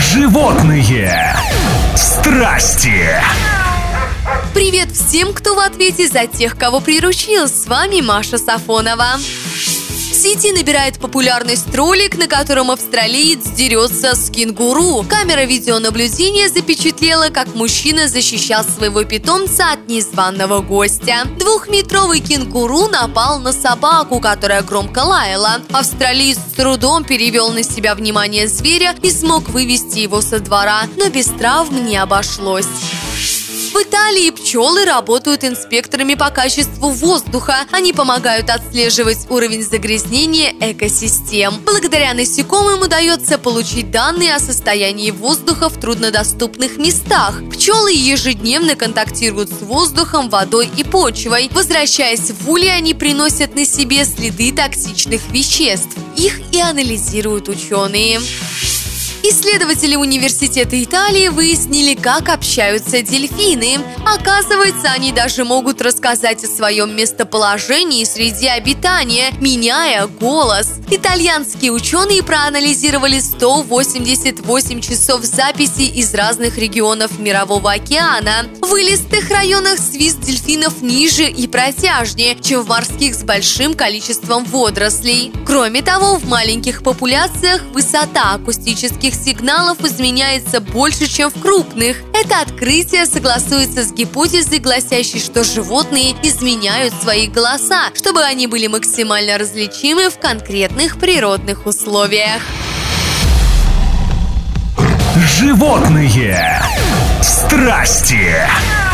Животные страсти. Привет всем, кто в ответе за тех, кого приручил. С вами Маша Сафонова. В сети набирает популярность ролик, на котором австралиец дерется с кенгуру. Камера видеонаблюдения запечатлела, как мужчина защищал своего питомца от незваного гостя. 2-метровый кенгуру напал на собаку, которая громко лаяла. Австралиец с трудом перевел на себя внимание зверя и смог вывести его со двора, но без травм не обошлось. В Италии пчелы работают инспекторами по качеству воздуха. Они помогают отслеживать уровень загрязнения экосистем. Благодаря насекомым удается получить данные о состоянии воздуха в труднодоступных местах. Пчелы ежедневно контактируют с воздухом, водой и почвой. Возвращаясь в улей, они приносят на себе следы токсичных веществ. Их и анализируют ученые. Исследователи университета Италии выяснили, как общаются дельфины. Оказывается, они даже могут рассказать о своем местоположении среди обитания, меняя голос. Итальянские ученые проанализировали 188 часов записей из разных регионов Мирового океана. В илистых районах свист дельфинов ниже и протяжнее, чем в морских с большим количеством водорослей. Кроме того, в маленьких популяциях высота акустических сигналов изменяется больше, чем в крупных. Это открытие согласуется с гипотезой, гласящей, что животные изменяют свои голоса, чтобы они были максимально различимы в конкретных природных условиях. Животные страсти.